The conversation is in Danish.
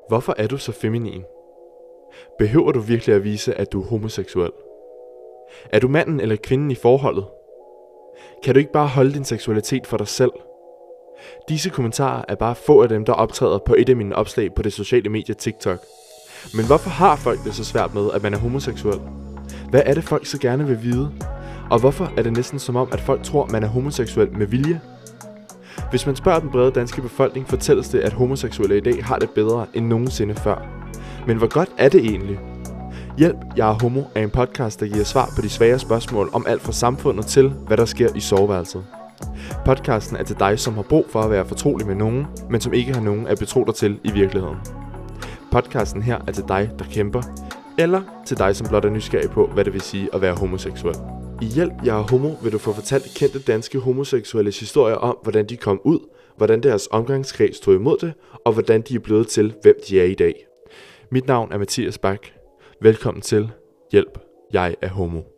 Hvorfor er du så feminin? Behøver du virkelig at vise, at du er homoseksuel? Er du manden eller kvinden i forholdet? Kan du ikke bare holde din seksualitet for dig selv? Disse kommentarer er bare få af dem, der optræder på et af mine opslag på det sociale medie TikTok. Men hvorfor har folk det så svært med, at man er homoseksuel? Hvad er det, folk så gerne vil vide? Og hvorfor er det næsten som om, at folk tror, man er homoseksuel med vilje? Hvis man spørger den brede danske befolkning, fortælles det, at homoseksuelle i dag har det bedre end nogensinde før. Men hvor godt er det egentlig? Hjælp, jeg er homo er en podcast, der giver svar på de svære spørgsmål om alt fra samfundet til, hvad der sker i soveværelset. Podcasten er til dig, som har brug for at være fortrolig med nogen, men som ikke har nogen at betro dig til i virkeligheden. Podcasten her er til dig, der kæmper, eller til dig, som blot er nysgerrig på, hvad det vil sige at være homoseksuel. I Hjælp, jeg er homo vil du få fortalt kendte danske homoseksuelles historier om, hvordan de kom ud, hvordan deres omgangskreds tog imod det, og hvordan de er blevet til, hvem de er i dag. Mit navn er Mathias Bak. Velkommen til Hjælp, jeg er homo.